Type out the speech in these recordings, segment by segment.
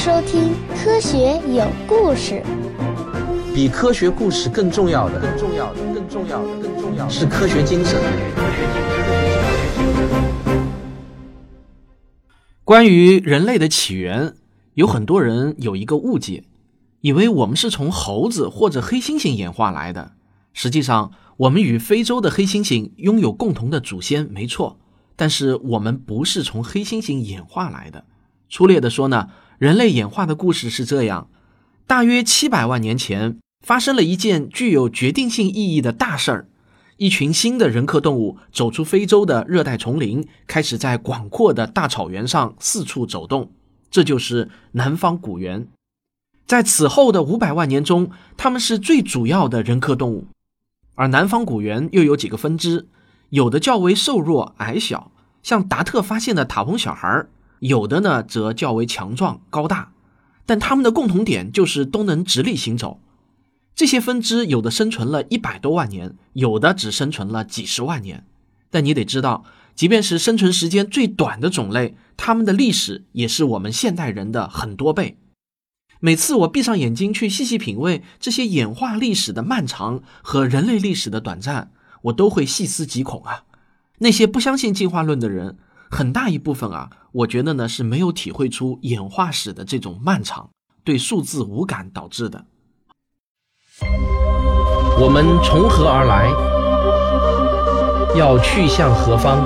收听科学有故事。 比科学故事更重要的是科学精神。关于人类的起源，有很多人有一个误解，以为我们是从猴子或者黑猩猩演化来的。实际上，我们与非洲的黑猩猩拥有共同的祖先，没错，但是我们不是从黑猩猩演化来的。粗略地说呢，人类演化的故事是这样：大约700万年前，发生了一件具有决定性意义的大事儿。一群新的人科动物走出非洲的热带丛林，开始在广阔的大草原上四处走动，这就是南方古猿。在此后的500万年中，它们是最主要的人科动物。而南方古猿又有几个分支，有的较为瘦弱矮小，像达特发现的塔翁小孩，有的呢则较为强壮高大，但它们的共同点就是都能直立行走。这些分支有的生存了100多万年，有的只生存了几十万年。但你得知道，即便是生存时间最短的种类，它们的历史也是我们现代人的很多倍。每次我闭上眼睛去细细品味这些演化历史的漫长和人类历史的短暂，我都会细思极恐啊。那些不相信进化论的人，很大一部分我觉得呢是没有体会出演化史的这种漫长，对数字无感导致的。我们从何而来？要去向何方？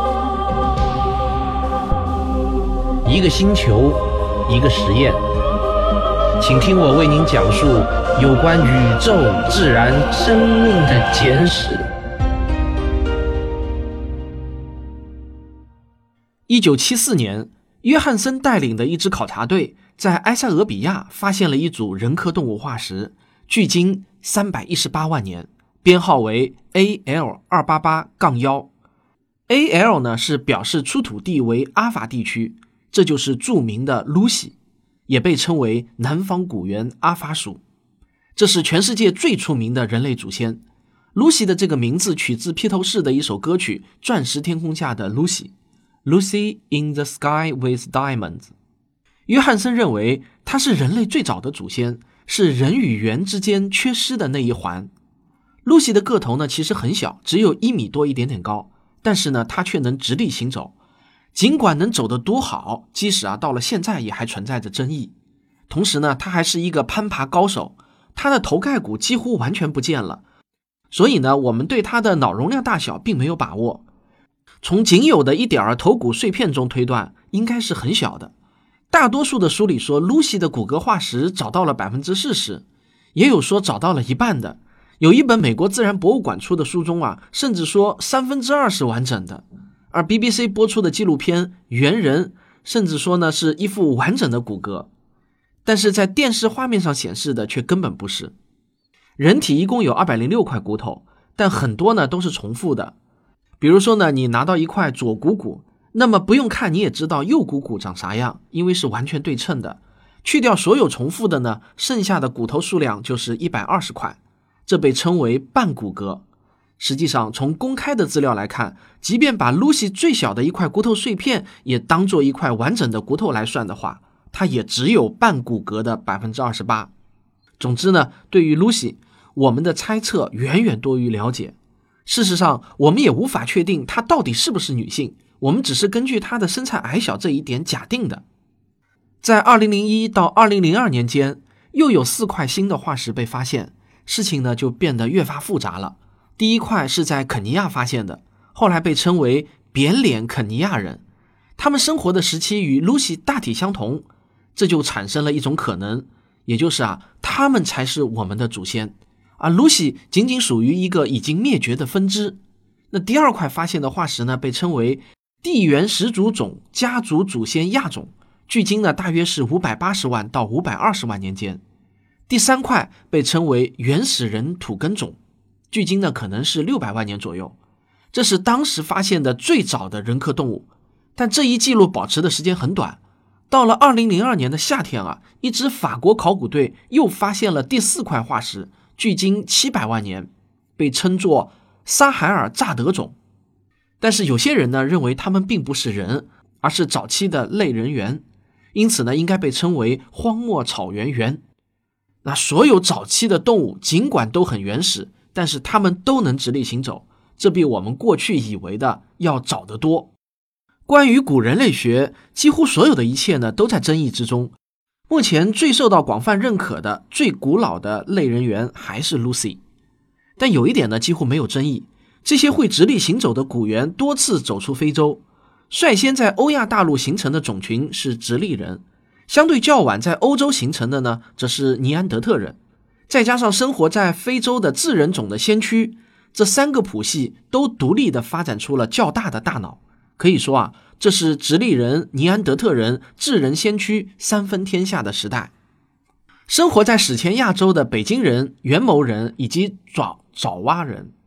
一个星球，一个实验，请听我为您讲述有关宇宙、自然、生命的简史。1974年，约翰森带领的一支考察队在埃塞俄比亚发现了一组人科动物化石，距今318万年，编号为 AL288-1。AL 呢是表示出土地为阿法地区，这就是著名的 Lucy， 也被称为南方古猿阿法属。这是全世界最出名的人类祖先。Lucy 的这个名字取自披头士的一首歌曲《钻石天空下的 Lucy》。Lucy in the sky with diamonds。 约翰森认为它是人类最早的祖先，是人与猿之间缺失的那一环。Lucy 的个头呢其实很小，只有1米多一点点高，但是呢它却能直立行走。尽管能走得多好，即使到了现在也还存在着争议。同时呢它还是一个攀爬高手，它的头盖骨几乎完全不见了，所以呢我们对它的脑容量大小并没有把握。从仅有的一点头骨碎片中推断，应该是很小的。大多数的书里说 Lucy 的骨骼化石找到了 40%， 也有说找到了一半的。有一本美国自然博物馆出的书中甚至说2/3是完整的。而 BBC 播出的纪录片《猿人》甚至说呢是一副完整的骨骼，但是在电视画面上显示的却根本不是。人体一共有206块骨头，但很多呢都是重复的。比如说呢，你拿到一块左股骨，那么不用看你也知道右股骨长啥样，因为是完全对称的。去掉所有重复的呢，剩下的骨头数量就是120块，这被称为半骨骼。实际上从公开的资料来看，即便把 Lucy 最小的一块骨头碎片也当做一块完整的骨头来算的话，它也只有半骨骼的 28%。 总之呢，对于 Lucy， 我们的猜测远远多于了解。事实上我们也无法确定她到底是不是女性，我们只是根据她的身材矮小这一点假定的。在2001到2002年间，又有4块新的化石被发现，事情呢就变得越发复杂了。第一块是在肯尼亚发现的，后来被称为扁脸肯尼亚人，他们生活的时期与 Lucy 大体相同，这就产生了一种可能，也就是他们才是我们的祖先，而 Lucy 仅仅属于一个已经灭绝的分支。那第二块发现的化石呢，被称为地缘始祖种家族祖先亚种，距今呢大约是580万到520万年间。第三块被称为原始人土根种，距今呢可能是600万年左右。这是当时发现的最早的人科动物，但这一记录保持的时间很短。到了2002年的夏天一支法国考古队又发现了第4块化石，距今700万年，被称作撒海尔乍得种。但是有些人呢认为他们并不是人，而是早期的类人猿。 因此呢，应该被称为荒漠草原猿。那所有早期的动物尽管都很原始，但是它们都能直立行走，这比我们过去以为的要早得多。关于古人类学，几乎所有的一切呢都在争议之中。目前最受到广泛认可的、最古老的类人猿还是 Lucy。但有一点呢几乎没有争议，这些会直立行走的古猿多次走出非洲，率先在欧亚大陆形成的种群是直立人，相对较晚在欧洲形成的呢，则是尼安德特人，再加上生活在非洲的智人种的先驱，这三个谱系都独立地发展出了较大的大脑。可以说啊，这是直立人、尼安德特人、智人先驱三分天下的时代。生活在史前亚洲的北京人、元谋人以及爪哇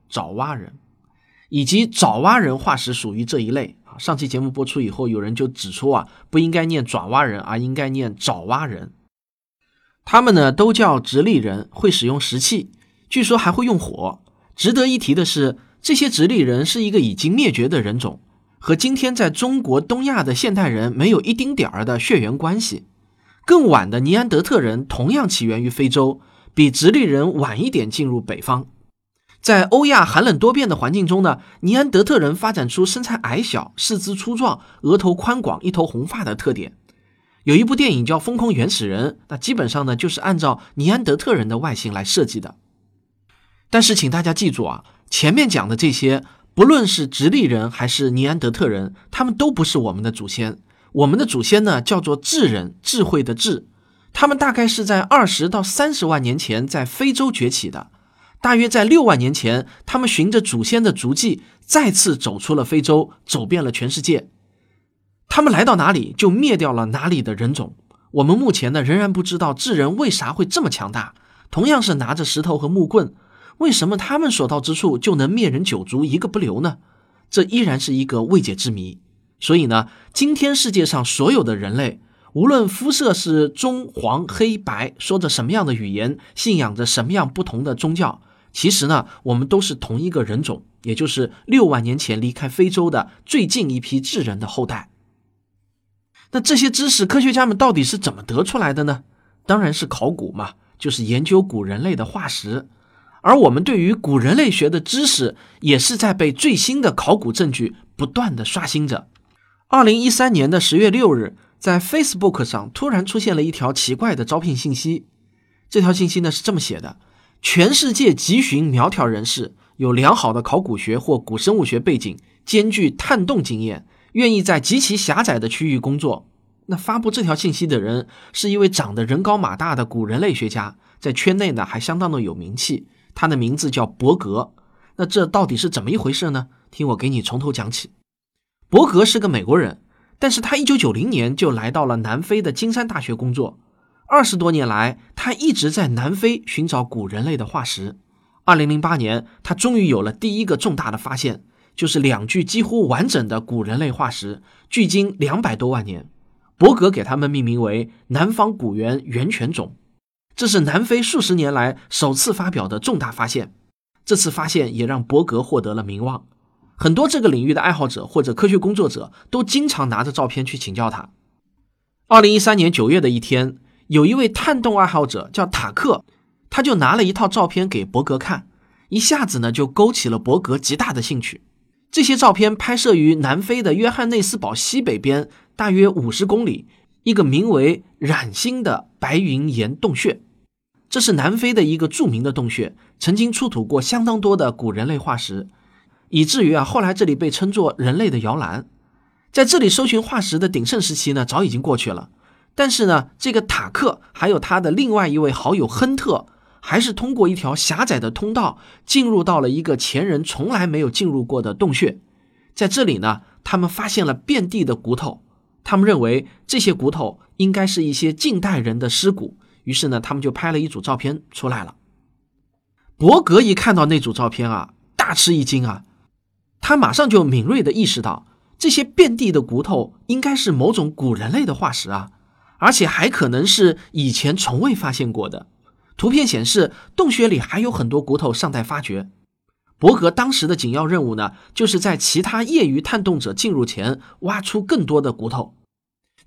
人化石属于这一类。上期节目播出以后，有人就指出啊，不应该念爪哇人，而应该念爪哇人。他们呢都叫直立人，会使用石器，据说还会用火。值得一提的是，这些直立人是一个已经灭绝的人种，和今天在中国东亚的现代人没有一丁点儿的血缘关系。更晚的尼安德特人同样起源于非洲，比直立人晚一点进入北方。在欧亚寒冷多变的环境中呢，尼安德特人发展出身材矮小、四肢粗壮、额头宽广、一头红发的特点。有一部电影叫《疯狂原始人》，那基本上呢就是按照尼安德特人的外形来设计的。但是请大家记住啊，前面讲的这些，不论是直立人还是尼安德特人，他们都不是我们的祖先。我们的祖先呢叫做智人，智慧的智，他们大概是在20到30万年前在非洲崛起的。大约在6万年前，他们循着祖先的足迹再次走出了非洲，走遍了全世界。他们来到哪里就灭掉了哪里的人种。我们目前呢仍然不知道智人为啥会这么强大，同样是拿着石头和木棍，为什么他们所到之处就能灭人9族一个不留呢？这依然是一个未解之谜。所以呢，今天世界上所有的人类，无论肤色是棕、黄、黑、白，说着什么样的语言，信仰着什么样不同的宗教，其实呢，我们都是同一个人种，也就是6万年前离开非洲的最近一批智人的后代。那这些知识科学家们到底是怎么得出来的呢？当然是考古嘛，就是研究古人类的化石。而我们对于古人类学的知识也是在被最新的考古证据不断的刷新着。2013年的10月6日，在 Facebook 上突然出现了一条奇怪的招聘信息。这条信息呢是这么写的：全世界急寻苗条人士，有良好的考古学或古生物学背景，兼具探洞经验，愿意在极其狭窄的区域工作。那发布这条信息的人是一位长得人高马大的古人类学家，在圈内呢还相当的有名气，他的名字叫伯格。那这到底是怎么一回事呢？听我给你从头讲起。伯格是个美国人，但是他1990年就来到了南非的金山大学工作。20多年来，他一直在南非寻找古人类的化石。2008年，他终于有了第一个重大的发现，就是2具几乎完整的古人类化石，距今200多万年。伯格给他们命名为南方古猿猿犬种。这是南非数十年来首次发表的重大发现。这次发现也让伯格获得了名望。很多这个领域的爱好者或者科学工作者都经常拿着照片去请教他。2013年9月的一天，有一位探洞爱好者叫塔克，他就拿了一套照片给伯格看，一下子呢就勾起了伯格极大的兴趣。这些照片拍摄于南非的约翰内斯堡西北边大约50公里，一个名为冉星的白云岩洞穴。这是南非的一个著名的洞穴，曾经出土过相当多的古人类化石，以至于后来这里被称作人类的摇篮。在这里搜寻化石的鼎盛时期呢，早已经过去了。但是呢，这个塔克还有他的另外一位好友亨特，还是通过一条狭窄的通道进入到了一个前人从来没有进入过的洞穴。在这里呢，他们发现了遍地的骨头，他们认为这些骨头应该是一些近代人的尸骨，于是呢，他们就拍了一组照片出来了。伯格一看到那组照片大吃一惊他马上就敏锐地意识到，这些遍地的骨头应该是某种古人类的化石而且还可能是以前从未发现过的。图片显示，洞穴里还有很多骨头尚待发掘。伯格当时的紧要任务呢，就是在其他业余探洞者进入前挖出更多的骨头。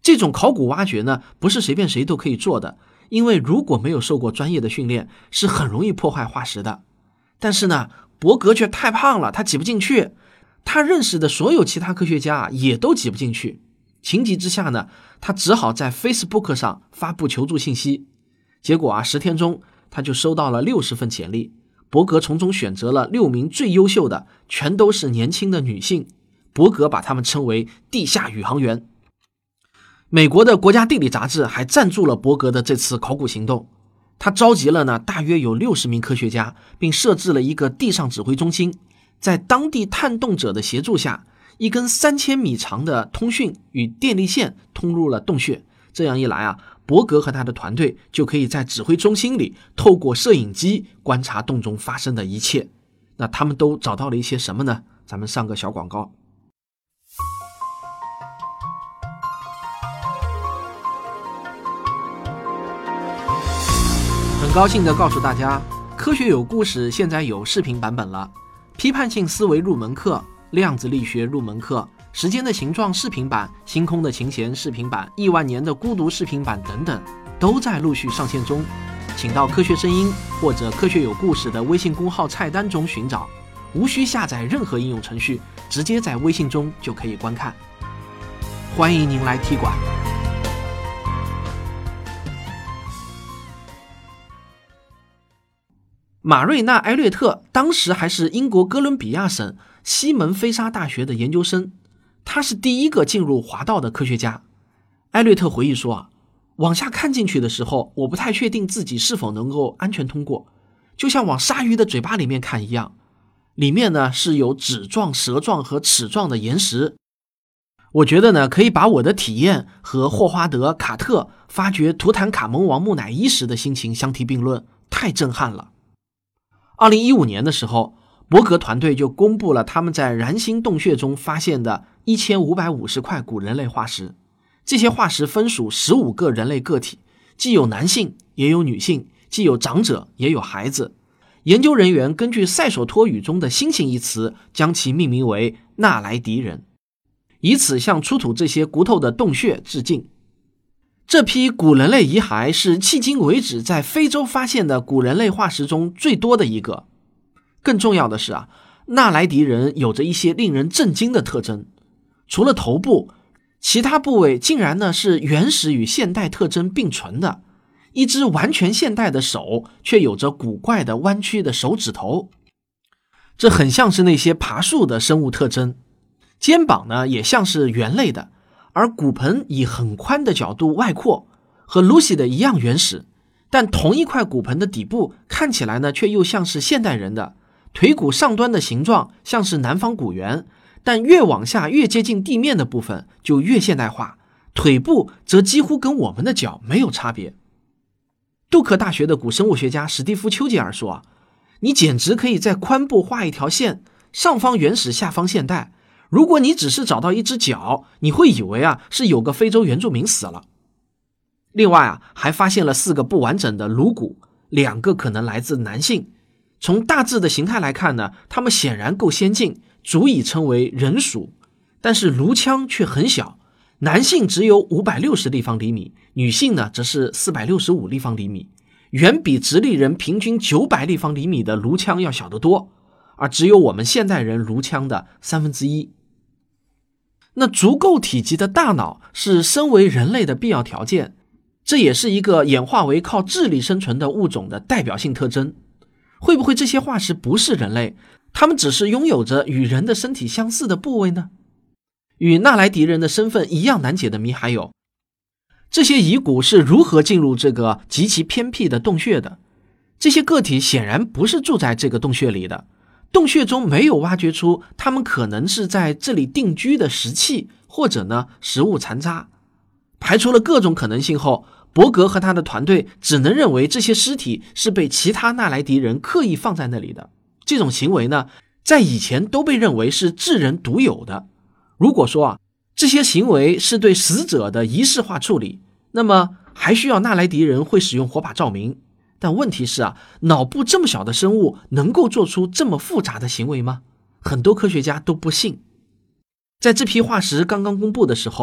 这种考古挖掘呢，不是随便谁都可以做的，因为如果没有受过专业的训练，是很容易破坏化石的。但是呢，伯格却太胖了，他挤不进去。他认识的所有其他科学家也都挤不进去。情急之下呢，他只好在 Facebook 上发布求助信息。结果10天中，他就收到了60份简历。伯格从中选择了6名最优秀的，全都是年轻的女性。伯格把他们称为地下宇航员。美国的国家地理杂志还赞助了伯格的这次考古行动。他召集了大约有60名科学家，并设置了一个地上指挥中心。在当地探洞者的协助下，一根3000米长的通讯与电力线通入了洞穴。这样一来伯格和他的团队就可以在指挥中心里透过摄影机观察洞中发生的一切。那他们都找到了一些什么呢？咱们上个小广告。很高兴地告诉大家，科学有故事现在有视频版本了。批判性思维入门课、量子力学入门课、时间的形状视频版、星空的琴弦视频版、亿万年的孤独视频版等等，都在陆续上线中。请到科学声音或者科学有故事的微信公号菜单中寻找，无需下载任何应用程序，直接在微信中就可以观看。欢迎您来踢馆。马瑞纳·埃略特当时还是英国哥伦比亚省西门菲沙大学的研究生，他是第一个进入滑道的科学家。埃略特回忆说往下看进去的时候，我不太确定自己是否能够安全通过，就像往鲨鱼的嘴巴里面看一样。里面呢是有指状、舌状和齿状的岩石。我觉得呢，可以把我的体验和霍华德·卡特发掘图坦卡蒙王木乃伊时的心情相提并论，太震撼了。2015年的时候，伯格团队就公布了他们在燃星洞穴中发现的1550块古人类化石。这些化石分属15个人类个体，既有男性也有女性，既有长者也有孩子。研究人员根据塞索托语中的猩猩一词，将其命名为纳莱迪人，以此向出土这些骨头的洞穴致敬。这批古人类遗骸是迄今为止在非洲发现的古人类化石中最多的一个。更重要的是纳莱迪人有着一些令人震惊的特征。除了头部，其他部位竟然呢是原始与现代特征并存的。一只完全现代的手，却有着古怪的弯曲的手指头，这很像是那些爬树的生物特征。肩膀呢也像是猿类的，而骨盆以很宽的角度外扩，和 Lucy 的一样原始。但同一块骨盆的底部看起来呢却又像是现代人的，腿骨上端的形状像是南方古猿，但越往下越接近地面的部分就越现代化，腿部则几乎跟我们的脚没有差别。杜克大学的古生物学家史蒂夫·丘吉尔说，你简直可以在髋部画一条线，上方原始下方现代。如果你只是找到一只脚，你会以为是有个非洲原住民死了。另外还发现了4个不完整的颅骨，2个可能来自男性。从大致的形态来看呢，他们显然够先进，足以称为人属。但是颅腔却很小，男性只有560立方厘米，女性呢则是465立方厘米，远比直立人平均900立方厘米的颅腔要小得多，而只有我们现代人颅腔的1/3。那足够体积的大脑是身为人类的必要条件，这也是一个演化为靠智力生存的物种的代表性特征。会不会这些化石不是人类，他们只是拥有着与人的身体相似的部位呢？与纳莱迪人的身份一样难解的谜还有，这些遗骨是如何进入这个极其偏僻的洞穴的？这些个体显然不是住在这个洞穴里的，洞穴中没有挖掘出他们可能是在这里定居的石器，或者呢食物残渣。排除了各种可能性后，伯格和他的团队只能认为这些尸体是被其他纳莱迪人刻意放在那里的。这种行为呢，在以前都被认为是智人独有的。如果说这些行为是对死者的仪式化处理，那么还需要纳莱迪人会使用火把照明。但问题是脑部这么小的生物能够做出这么复杂的行为吗？很多科学家都不信。在这批化石刚刚公布的时候，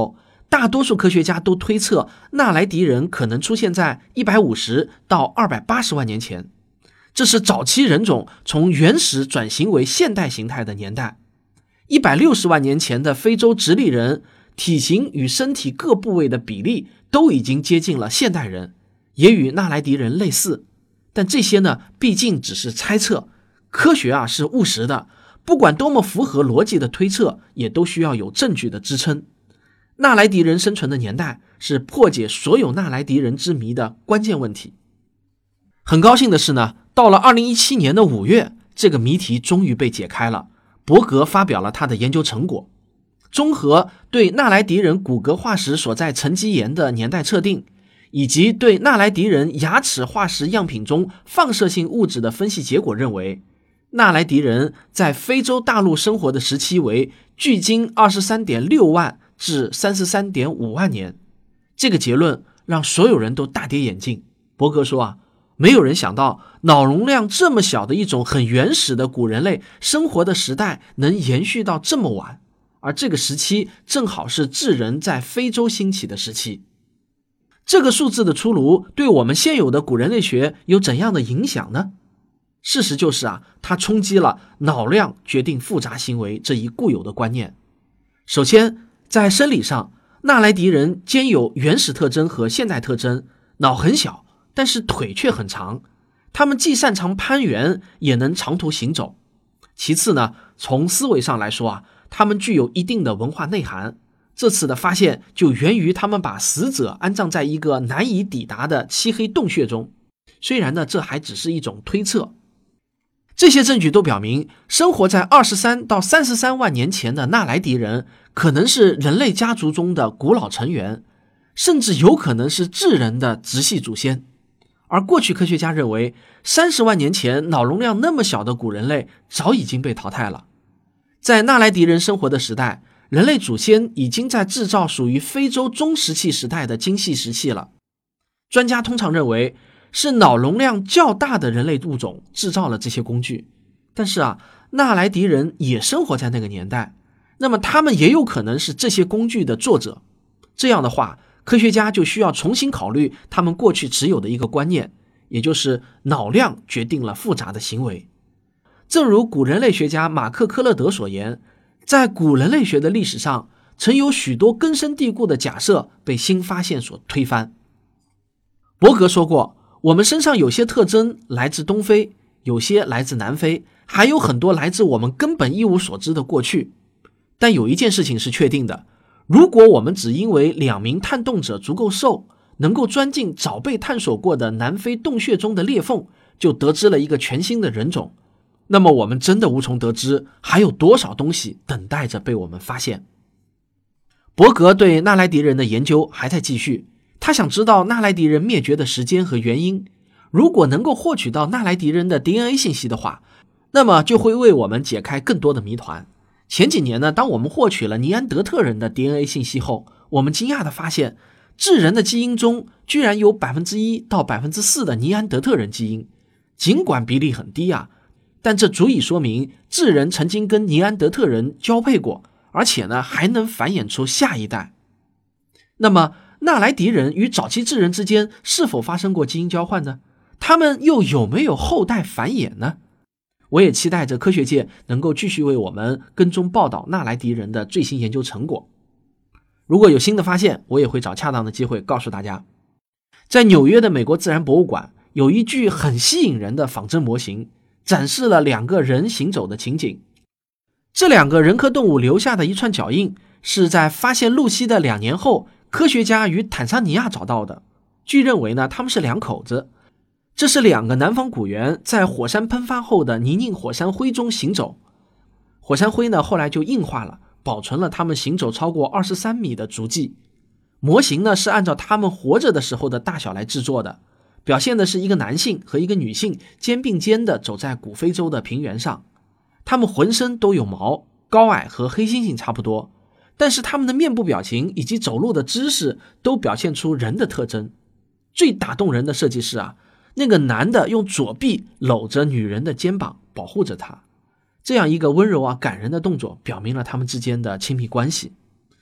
大多数科学家都推测纳莱迪人可能出现在150到280万年前，这是早期人种从原始转型为现代形态的年代。160万年前的非洲直立人体型与身体各部位的比例都已经接近了现代人，也与纳莱迪人类似。但这些呢，毕竟只是猜测，科学是务实的，不管多么符合逻辑的推测，也都需要有证据的支撑。纳莱迪人生存的年代是破解所有纳莱迪人之谜的关键问题。很高兴的是呢，到了2017年的5月，这个谜题终于被解开了。伯格发表了他的研究成果，综合对纳莱迪人骨骼化石所在沉积岩的年代测定，以及对纳莱迪人牙齿化石样品中放射性物质的分析结果认为，纳莱迪人在非洲大陆生活的时期为距今23.6万至33.5万年。这个结论让所有人都大跌眼镜。伯格说没有人想到脑容量这么小的一种很原始的古人类生活的时代能延续到这么晚，而这个时期正好是智人在非洲兴起的时期。这个数字的出炉对我们现有的古人类学有怎样的影响呢？事实就是它冲击了脑量决定复杂行为这一固有的观念。首先，在生理上，纳莱迪人兼有原始特征和现代特征，脑很小，但是腿却很长，他们既擅长攀援，也能长途行走。其次呢，从思维上来说他们具有一定的文化内涵。这次的发现就源于他们把死者安葬在一个难以抵达的漆黑洞穴中，虽然呢，这还只是一种推测。这些证据都表明，生活在23到33万年前的纳莱迪人可能是人类家族中的古老成员，甚至有可能是智人的直系祖先。而过去科学家认为30万年前脑容量那么小的古人类早已经被淘汰了。在纳莱迪人生活的时代，人类祖先已经在制造属于非洲中石器时代的精细石器了。专家通常认为是脑容量较大的人类物种制造了这些工具，但是纳莱迪人也生活在那个年代，那么他们也有可能是这些工具的作者。这样的话，科学家就需要重新考虑他们过去持有的一个观念，也就是脑量决定了复杂的行为。正如古人类学家马克·科勒德所言，在古人类学的历史上，曾有许多根深蒂固的假设被新发现所推翻。伯格说过，我们身上有些特征来自东非，有些来自南非，还有很多来自我们根本一无所知的过去。但有一件事情是确定的，如果我们只因为2名探洞者足够瘦，能够钻进早被探索过的南非洞穴中的裂缝，就得知了一个全新的人种，那么我们真的无从得知还有多少东西等待着被我们发现。伯格对纳莱迪人的研究还在继续，他想知道纳莱迪人灭绝的时间和原因。如果能够获取到纳莱迪人的 DNA 信息的话，那么就会为我们解开更多的谜团。前几年呢，当我们获取了尼安德特人的 DNA 信息后，我们惊讶地发现，智人的基因中居然有 1% 到 4% 的尼安德特人基因。尽管比例很低但这足以说明智人曾经跟尼安德特人交配过，而且呢还能繁衍出下一代。那么纳莱迪人与早期智人之间是否发生过基因交换呢？他们又有没有后代繁衍呢？我也期待着科学界能够继续为我们跟踪报道纳莱迪人的最新研究成果。如果有新的发现，我也会找恰当的机会告诉大家。在纽约的美国自然博物馆，有一具很吸引人的仿真模型，展示了2个人行走的情景。这2个人科动物留下的一串脚印，是在发现露西的2年后，科学家于坦桑尼亚找到的。据认为呢，他们是2口子。这是2个南方古猿在火山喷发后的泥泞火山灰中行走。火山灰呢，后来就硬化了，保存了他们行走超过23米的足迹。模型呢，是按照他们活着的时候的大小来制作的，表现的是一个男性和一个女性肩并肩地走在古非洲的平原上。他们浑身都有毛，高矮和黑猩猩差不多，但是他们的面部表情以及走路的姿势都表现出人的特征。最打动人的设计是那个男的用左臂搂着女人的肩膀保护着她，这样一个温柔感人的动作表明了他们之间的亲密关系。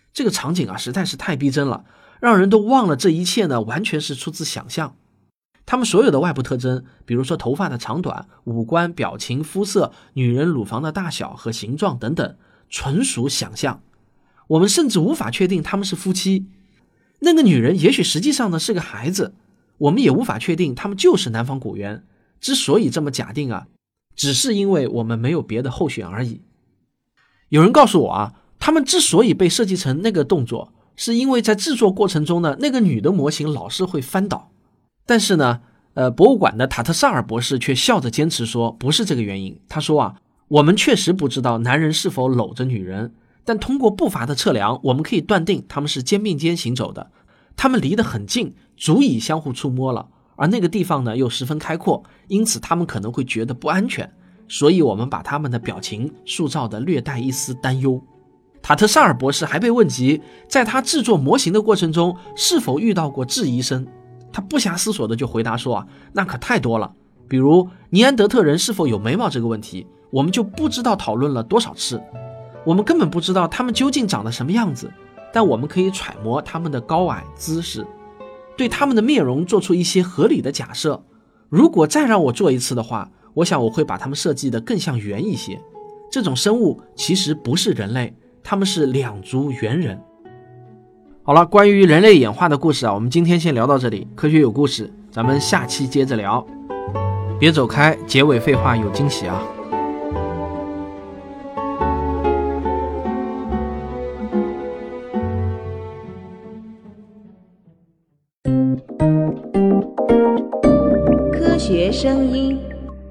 这个场景啊实在是太逼真了，让人都忘了这一切呢完全是出自想象。他们所有的外部特征，比如说头发的长短、五官、表情、肤色、女人乳房的大小和形状等等，纯属想象。我们甚至无法确定他们是夫妻。那个女人也许实际上呢是个孩子，我们也无法确定他们就是南方古猿。之所以这么假定啊，只是因为我们没有别的候选而已。有人告诉我啊，他们之所以被设计成那个动作，是因为在制作过程中呢，那个女的模型老是会翻倒。但是呢，博物馆的塔特萨尔博士却笑着坚持说不是这个原因。他说啊，我们确实不知道男人是否搂着女人，但通过步伐的测量，我们可以断定他们是肩并肩行走的，他们离得很近，足以相互触摸了，而那个地方呢又十分开阔，因此他们可能会觉得不安全，所以我们把他们的表情塑造得略带一丝担忧。塔特萨尔博士还被问及在他制作模型的过程中是否遇到过质疑声，他不暇思索的就回答说啊，那可太多了，比如尼安德特人是否有眉毛这个问题，我们就不知道讨论了多少次。我们根本不知道他们究竟长得什么样子，但我们可以揣摩他们的高矮姿势，对他们的面容做出一些合理的假设。如果再让我做一次的话，我想我会把他们设计得更像猿一些。这种生物其实不是人类，他们是两足猿人。好了，关于人类演化的故事啊，我们今天先聊到这里。科学有故事，咱们下期接着聊。别走开，结尾废话有惊喜啊！ 科学声音。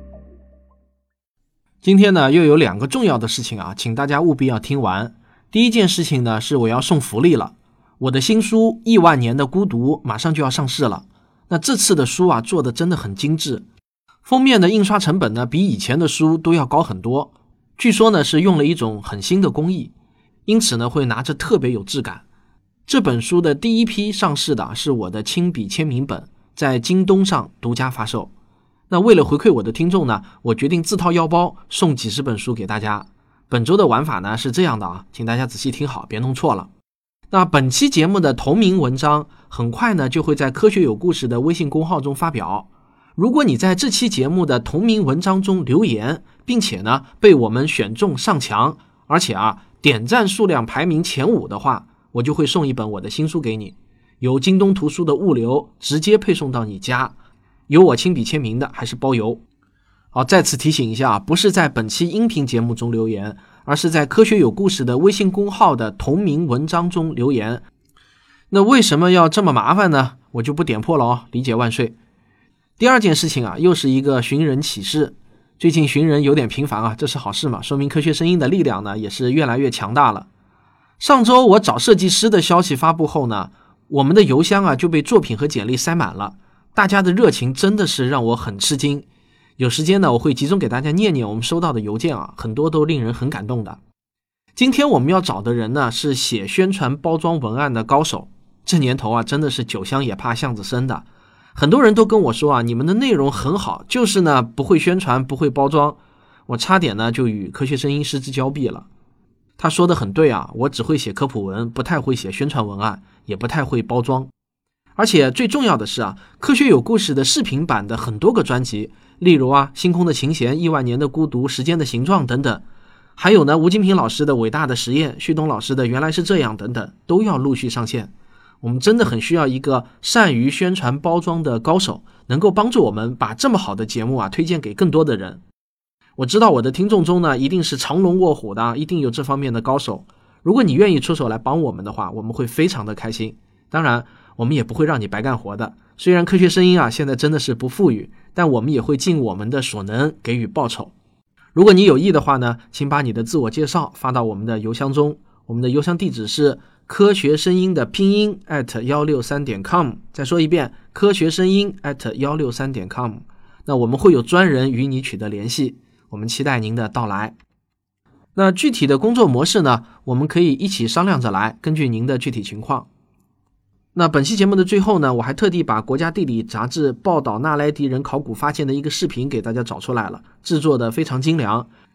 今天呢，又有2个重要的事情啊，请大家务必要听完。第一件事情呢，是我要送福利了。我的新书《亿万年的孤独》马上就要上市了。那这次的书啊，做的真的很精致，封面的印刷成本呢，比以前的书都要高很多。据说呢，是用了一种很新的工艺，因此呢，会拿着特别有质感。这本书的第一批上市的是我的亲笔签名本，在京东上独家发售。那为了回馈我的听众呢，我决定自掏腰包送几十本书给大家。本周的玩法呢是这样的啊，请大家仔细听好，别弄错了。那本期节目的同名文章很快呢就会在科学有故事的微信公号中发表。如果你在这期节目的同名文章中留言，并且呢被我们选中上墙，而且啊点赞数量排名前5的话，我就会送一本我的新书给你，由京东图书的物流直接配送到你家，有我亲笔签名的还是包邮。好，再次提醒一下，不是在本期音频节目中留言，而是在科学有故事的微信公号的同名文章中留言。那为什么要这么麻烦呢？我就不点破了哦，理解万岁。第二件事情啊，又是一个寻人启事。最近寻人有点频繁啊，这是好事嘛，说明科学声音的力量呢也是越来越强大了。上周我找设计师的消息发布后呢，我们的邮箱啊就被作品和简历塞满了，大家的热情真的是让我很吃惊。有时间呢，我会集中给大家念念我们收到的邮件啊，很多都令人很感动的。今天我们要找的人呢，是写宣传包装文案的高手。这年头啊，真的是酒香也怕巷子深的。很多人都跟我说啊，你们的内容很好，就是呢不会宣传，不会包装。我差点呢就与科学声音失之交臂了。他说的很对啊，我只会写科普文，不太会写宣传文案，也不太会包装。而且最重要的是啊，科学有故事的视频版的很多个专辑，例如啊星空的琴弦、亿万年的孤独、时间的形状等等，还有呢吴金平老师的伟大的实验、旭东老师的原来是这样等等，都要陆续上线。我们真的很需要一个善于宣传包装的高手，能够帮助我们把这么好的节目啊推荐给更多的人。我知道我的听众中呢，一定是藏龙卧虎的，一定有这方面的高手。如果你愿意出手来帮我们的话，我们会非常的开心。当然我们也不会让你白干活的，虽然科学声音啊现在真的是不富裕，但我们也会尽我们的所能给予报酬。如果你有意的话呢，请把你的自我介绍发到我们的邮箱中，我们的邮箱地址是科学声音的拼音 @163.com， 再说一遍，科学声音 @163.com。 那我们会有专人与你取得联系，我们期待您的到来。那具体的工作模式呢，我们可以一起商量着来，根据您的具体情况。那本期节目的最后呢，我还特地把国家地理杂志报道纳莱迪人考古发现的一个视频给大家找出来了，制作的非常精良，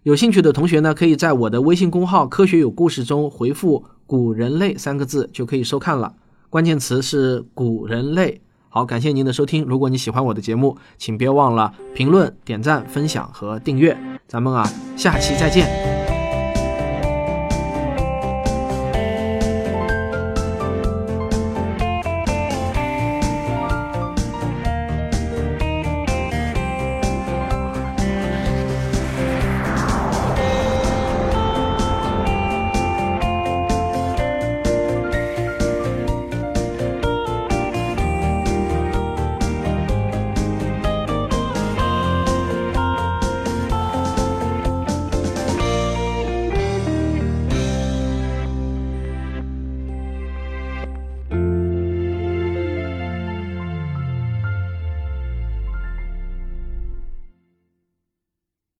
有兴趣的同学呢，可以在我的微信公号科学有故事中回复古人类3个字就可以收看了，关键词是古人类。好，感谢您的收听，如果你喜欢我的节目，请别忘了评论、点赞、分享和订阅，咱们下期再见。